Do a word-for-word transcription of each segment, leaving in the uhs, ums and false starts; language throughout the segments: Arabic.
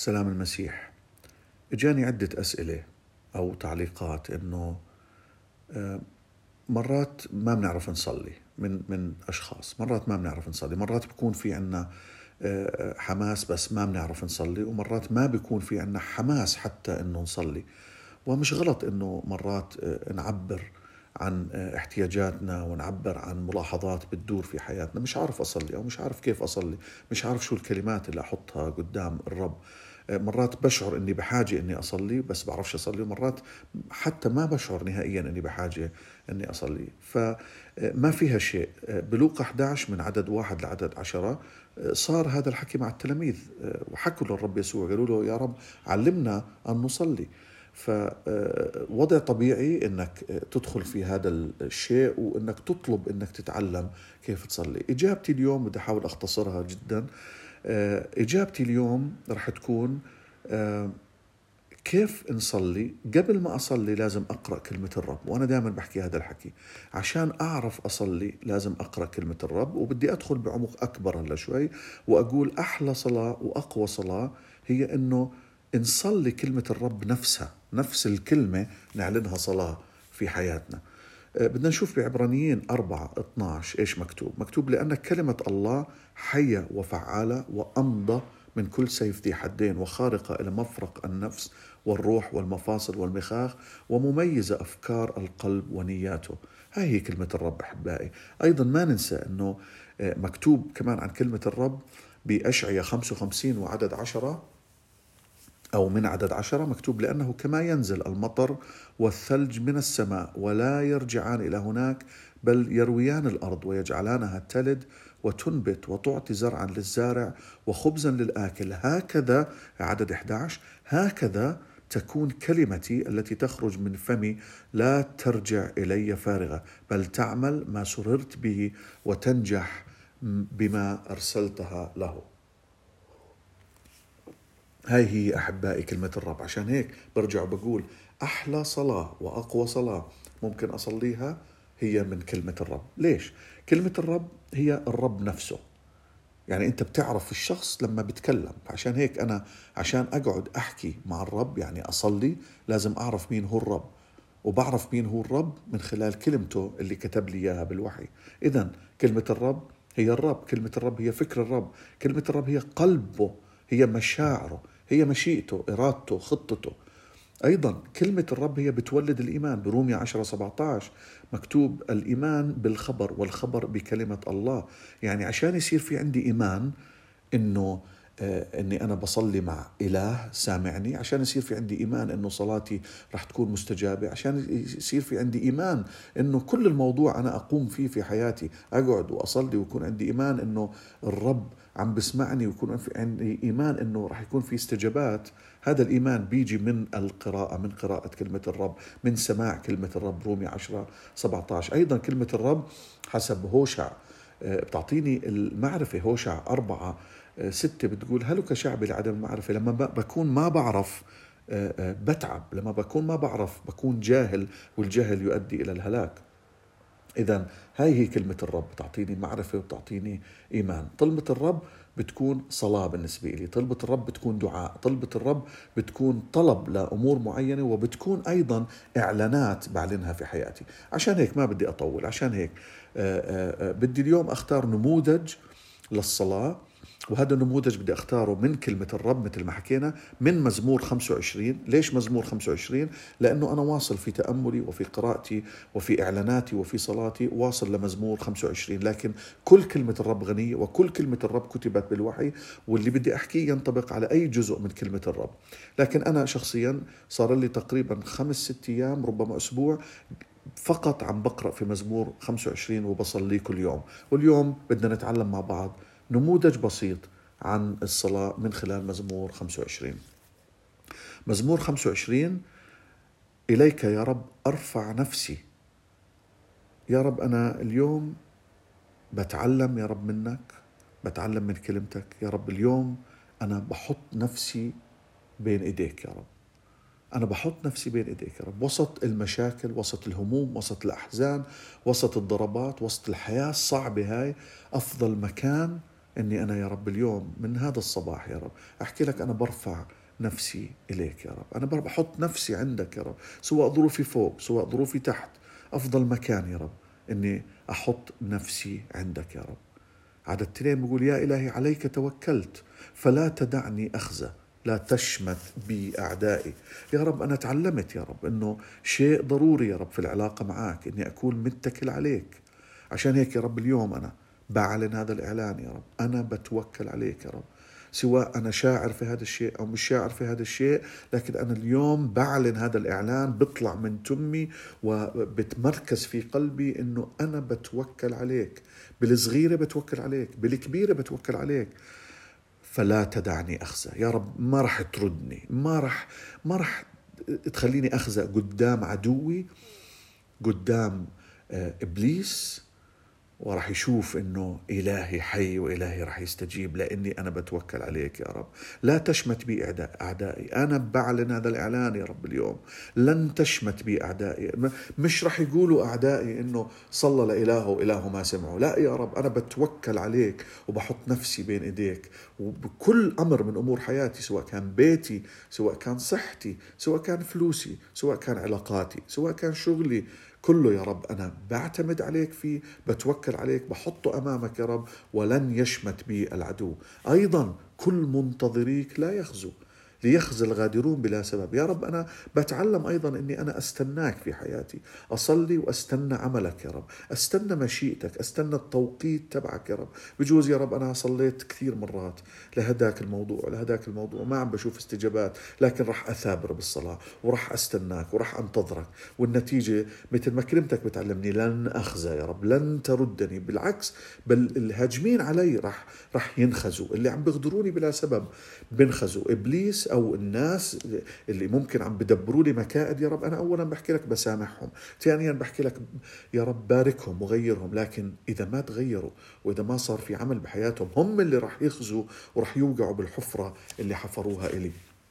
سلام المسيح. إجاني عدة أسئلة أو تعليقات إنه مرات ما بنعرف نصلي من من أشخاص، مرات ما بنعرف نصلي، مرات بيكون في عنا حماس بس ما بنعرف نصلي، ومرات ما بيكون في عنا حماس حتى إنه نصلي. ومش غلط إنه مرات نعبر عن احتياجاتنا ونعبر عن ملاحظات بتدور في حياتنا. مش عارف أصلي أو مش عارف كيف أصلي، مش عارف شو الكلمات اللي أحطها قدام الرب. مرات بشعر أني بحاجة أني أصلي بس بعرفش أصلي، ومرات حتى ما بشعر نهائيا أني بحاجة أني أصلي. فما فيها شيء. بلوقا أحد عشر من عدد واحد لعدد عشرة صار هذا الحكي مع التلاميذ، وحكوا للرب يسوع قالوا له يا رب علمنا أن نصلي. فوضع طبيعي أنك تدخل في هذا الشيء وأنك تطلب أنك تتعلم كيف تصلي. إجابتي اليوم بدي أحاول أختصرها جدا. إجابتي اليوم رح تكون كيف نصلي. قبل ما أصلي لازم أقرأ كلمة الرب، وأنا دائما بحكي هذا الحكي. عشان أعرف أصلي لازم أقرأ كلمة الرب، وبدي أدخل بعمق أكبر هلا شوي وأقول أحلى صلاة وأقوى صلاة هي أنه نصلي كلمة الرب نفسها، نفس الكلمة نعلنها صلاة في حياتنا. بدنا نشوف بعبرانيين أربعة اثناعش إيش مكتوب. مكتوب لأن كلمة الله حية وفعالة وأمضى من كل سيف ذي حدين وخارقة إلى مفرق النفس والروح والمفاصل والمخاخ ومميزة أفكار القلب ونياته. هاي هي كلمة الرب أحبائي. أيضا ما ننسى أنه مكتوب كمان عن كلمة الرب بأشعياء خمسة وخمسين وعدد عشرة أو من عدد عشرة مكتوب لأنه كما ينزل المطر والثلج من السماء ولا يرجعان إلى هناك بل يرويان الأرض ويجعلانها تلد وتنبت وتعطي زرعا للزارع وخبزا للآكل، هكذا عدد أحد عشر هكذا تكون كلمتي التي تخرج من فمي لا ترجع إلي فارغة بل تعمل ما سررت به وتنجح بما أرسلتها له. هاي هي أحبائي كلمة الرب. عشان هيك برجع بقول أحلى صلاة وأقوى صلاة ممكن أصليها هي من كلمة الرب. ليش؟ كلمة الرب هي الرب نفسه. يعني أنت بتعرف الشخص لما بتكلم. عشان هيك أنا عشان أقعد أحكي مع الرب يعني أصلي لازم أعرف مين هو الرب، وبعرف مين هو الرب من خلال كلمته اللي كتب لي إياها بالوحي. إذن كلمة الرب هي الرب، كلمة الرب هي فكر الرب، كلمة الرب هي قلبه، هي مشاعره، هي مشيئته، إرادته، خطته. أيضا كلمة الرب هي بتولد الإيمان. برومية عشرة سبعة عشر مكتوب الإيمان بالخبر والخبر بكلمة الله. يعني عشان يصير في عندي إيمان إنه آه إني أنا بصلي مع إله سامعني، عشان يصير في عندي إيمان إنه صلاتي رح تكون مستجابة، عشان يصير في عندي إيمان إنه كل الموضوع أنا أقوم فيه في حياتي أقعد وأصلي ويكون عندي إيمان إنه الرب عم بسمعني ويكون في عندي إيمان إنه رح يكون في استجابات. هذا الإيمان بيجي من القراءة، من قراءة كلمة الرب، من سماع كلمة الرب. رومي عشرة سبعة عشر. أيضا كلمة الرب حسب هوشع بتعطيني المعرفة. هوشع أربعة ستة بتقول هلك شعبي لعدم المعرفة. لما بكون ما بعرف بتعب، لما بكون ما بعرف بكون جاهل، والجهل يؤدي إلى الهلاك. إذن هاي هي كلمة الرب، تعطيني معرفة وتعطيني إيمان. طلبة الرب بتكون صلاة بالنسبة لي، طلبة الرب بتكون دعاء، طلبة الرب بتكون طلب لأمور معينة، وبتكون أيضا إعلانات بعلنها في حياتي. عشان هيك ما بدي أطول. عشان هيك آآ آآ بدي اليوم أختار نموذج للصلاة، وهذا النموذج بدي أختاره من كلمة الرب مثل ما حكينا من مزمور خمسة وعشرين. ليش مزمور خمسة وعشرين؟ لأنه أنا واصل في تأملي وفي قراءتي وفي إعلاناتي وفي صلاتي واصل لمزمور خمسة وعشرين. لكن كل كلمة الرب غنية وكل كلمة الرب كتبت بالوحي، واللي بدي أحكيه ينطبق على أي جزء من كلمة الرب. لكن أنا شخصيا صار لي تقريبا خمس ست أيام ربما أسبوع فقط عم بقرأ في مزمور خمسة وعشرين وبصلي كل يوم. واليوم بدنا نتعلم مع بعض نموذج بسيط عن الصلاة من خلال مزمور خمسة وعشرين. مزمور خمسة وعشرين: إليك يا رب أرفع نفسي. يا رب أنا اليوم بتعلم يا رب منك، بتعلم من كلمتك يا رب. اليوم أنا بحط نفسي بين إيديك يا رب، أنا بحط نفسي بين إيديك يا رب، وسط المشاكل، وسط الهموم، وسط الأحزان، وسط الضربات، وسط الحياة الصعبة هاي. أفضل مكان أني أنا يا رب اليوم من هذا الصباح يا رب أحكي لك أنا برفع نفسي إليك يا رب، أنا بحط نفسي عندك يا رب، سواء ظروفي فوق سواء ظروفي تحت، أفضل مكان يا رب إني أحط نفسي عندك يا رب. عدد اثنين بيقول يا إلهي عليك توكلت فلا تدعني أخزى، لا تشمت بي أعدائي. يا رب أنا تعلمت يا رب أنه شيء ضروري يا رب في العلاقة معك أني أكون متكل عليك. عشان هيك يا رب اليوم أنا بعلن هذا الإعلان يا رب، أنا بتوكل عليك يا رب، سواء أنا شاعر في هذا الشيء أو مش شاعر في هذا الشيء، لكن أنا اليوم بعلن هذا الإعلان، بطلع من تمي وبتمركز في قلبي أنه أنا بتوكل عليك، بالصغيرة بتوكل عليك، بالكبيرة بتوكل عليك. فلا تدعني أخزى يا رب، ما رح تردني، ما رح ما رح تخليني أخزى قدام عدوي، قدام إبليس، ورح يشوف إنه إلهي حي وإلهي رح يستجيب لأني أنا بتوكل عليك يا رب. لا تشمت بي أعدائي، أنا بعلن هذا الإعلان يا رب اليوم، لن تشمت بي أعدائي. مش رح يقولوا أعدائي إنه صلى لإله وإله ما سمعوا، لا يا رب أنا بتوكل عليك وبحط نفسي بين إيديك، وبكل أمر من أمور حياتي، سواء كان بيتي سواء كان صحتي سواء كان فلوسي سواء كان علاقاتي سواء كان شغلي، كله يا رب أنا بعتمد عليك فيه، بتوكل عليك، بحطه أمامك يا رب، ولن يشمت بي العدو. أيضا كل منتظريك لا يخزو، ليخزى الغادرون بلا سبب. يا رب أنا بتعلم أيضا أني أنا أستناك في حياتي، أصلي وأستنى عملك يا رب، أستنى مشيئتك، أستنى التوقيت تبعك يا رب. بجوز يا رب أنا صليت كثير مرات لهداك الموضوع لهداك الموضوع ما عم بشوف استجابات، لكن رح أثابر بالصلاة ورح أستناك ورح أنتظرك، والنتيجة مثل ما كلمتك بتعلمني لن أخزى يا رب، لن تردني، بالعكس بل الهاجمين علي رح رح ينخزوا، اللي عم بيغدروني بلا سبب بنخزوا، إبليس أو الناس اللي ممكن عم بدبروا لي مكائد يا رب أنا أولا بحكي لك بسامحهم، ثانيا بحكي لك يا رب باركهم وغيرهم، لكن إذا ما تغيروا وإذا ما صار في عمل بحياتهم هم اللي رح يخزوا ورح يوقعوا بالحفرة اللي حفروها إلي.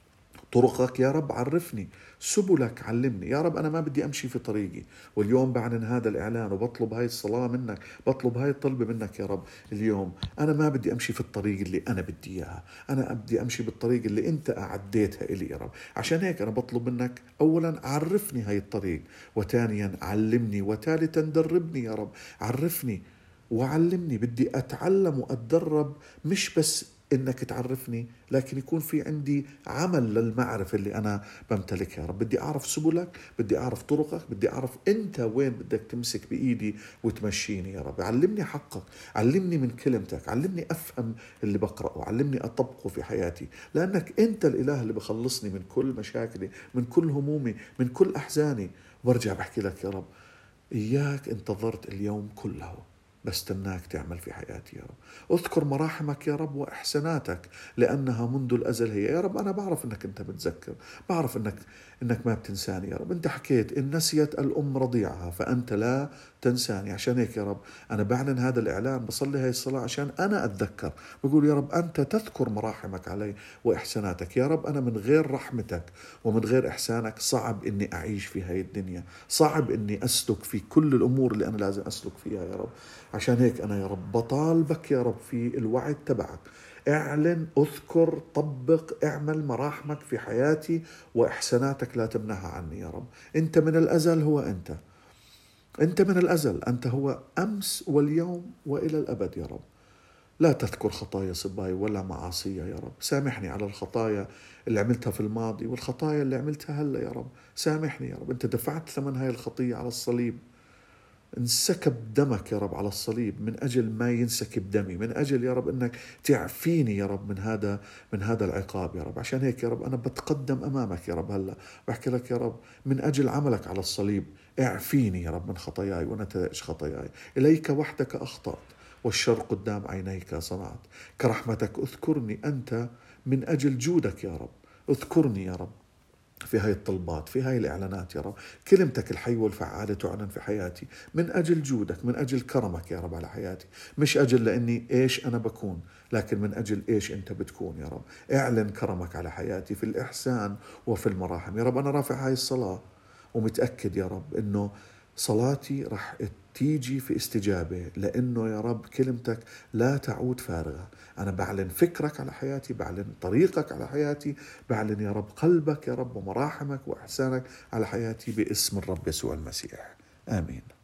طرقك يا رب عرفني، سبلك علمني يا رب. أنا ما بدي أمشي في طريقي، واليوم بعلن هذا الإعلان وبطلب هاي الصلاة منك، بطلب هاي الطلبة منك يا رب اليوم. أنا ما بدي أمشي في الطريق اللي أنا بدي إياها، أنا بدي أمشي بالطريق اللي أنت أعديتها إلي يا رب. عشان هيك أنا بطلب منك أولا عرفني هاي الطريق، وثانيا علمني، وثالثا دربني يا رب. عرفني وعلمني، بدي أتعلم وأتدرب، مش بس إنك تعرفني لكن يكون في عندي عمل للمعرفة اللي أنا بمتلكها يا رب. بدي أعرف سبلك، بدي أعرف طرقك، بدي أعرف أنت وين بدك تمسك بإيدي وتمشيني يا رب. علمني حقك، علمني من كلمتك، علمني أفهم اللي بقرأه، علمني أطبقه في حياتي، لأنك أنت الإله اللي بخلصني من كل مشاكلي، من كل همومي، من كل أحزاني. وارجع بحكي لك يا رب إياك انتظرت اليوم كله، بستناك تعمل في حياتي يا رب. اذكر مراحمك يا رب وإحساناتك لأنها منذ الأزل هي. يا رب أنا بعرف أنك أنت بتذكر، بعرف أنك أنك ما بتنساني يا رب. أنت حكيت إن نسيت الأم رضيعها فأنت لا تنساني. عشان هيك يا رب أنا بعلن هذا الإعلان، بصلي هاي الصلاة عشان أنا أتذكر، بقول يا رب أنت تذكر مراحمك علي وإحساناتك. يا رب أنا من غير رحمتك ومن غير إحسانك صعب إني أعيش في هاي الدنيا، صعب إني أسلك في كل الأمور اللي أنا لازم أسلك فيها يا رب. عشان هيك أنا يا رب بطالبك يا رب في الوعد تبعك، اعلن، اذكر، طبق، اعمل مراحمك في حياتي وإحساناتك لا تمنعها عني يا رب. أنت من الأزل هو أنت، أنت من الأزل، أنت هو أمس واليوم وإلى الأبد يا رب. لا تذكر خطايا صباي ولا معاصي يا رب. سامحني على الخطايا اللي عملتها في الماضي والخطايا اللي عملتها هلأ يا رب. سامحني يا رب، أنت دفعت ثمن هاي الخطية على الصليب، انسكب دمك يا رب على الصليب من أجل ما ينسكب دمي، من أجل يا رب أنك تعفيني يا رب من هذا من هذا العقاب يا رب. عشان هيك يا رب أنا بتقدم أمامك يا رب هلأ بحكي لك يا رب من أجل عملك على الصليب اعفيني يا رب من خطاياي ونتائج خطاياي. إليك وحدك أخطأت والشر قدام عينيك صنعت، كرحمتك اذكرني أنت من أجل جودك يا رب. اذكرني يا رب في هاي الطلبات، في هاي الإعلانات يا رب. كلمتك الحي والفعالة تعلن في حياتي من أجل جودك، من أجل كرمك يا رب على حياتي، مش أجل لأني إيش أنا بكون، لكن من أجل إيش أنت بتكون يا رب. اعلن كرمك على حياتي في الإحسان وفي المراحم يا رب. أنا رافع هاي الصلاة ومتأكد يا رب إنه صلاتي رح تيجي في استجابة، لأنه يا رب كلمتك لا تعود فارغة. أنا بعلن فكرك على حياتي، بعلن طريقك على حياتي، بعلن يا رب قلبك يا رب ومراحمك وإحسانك على حياتي باسم الرب يسوع المسيح، آمين.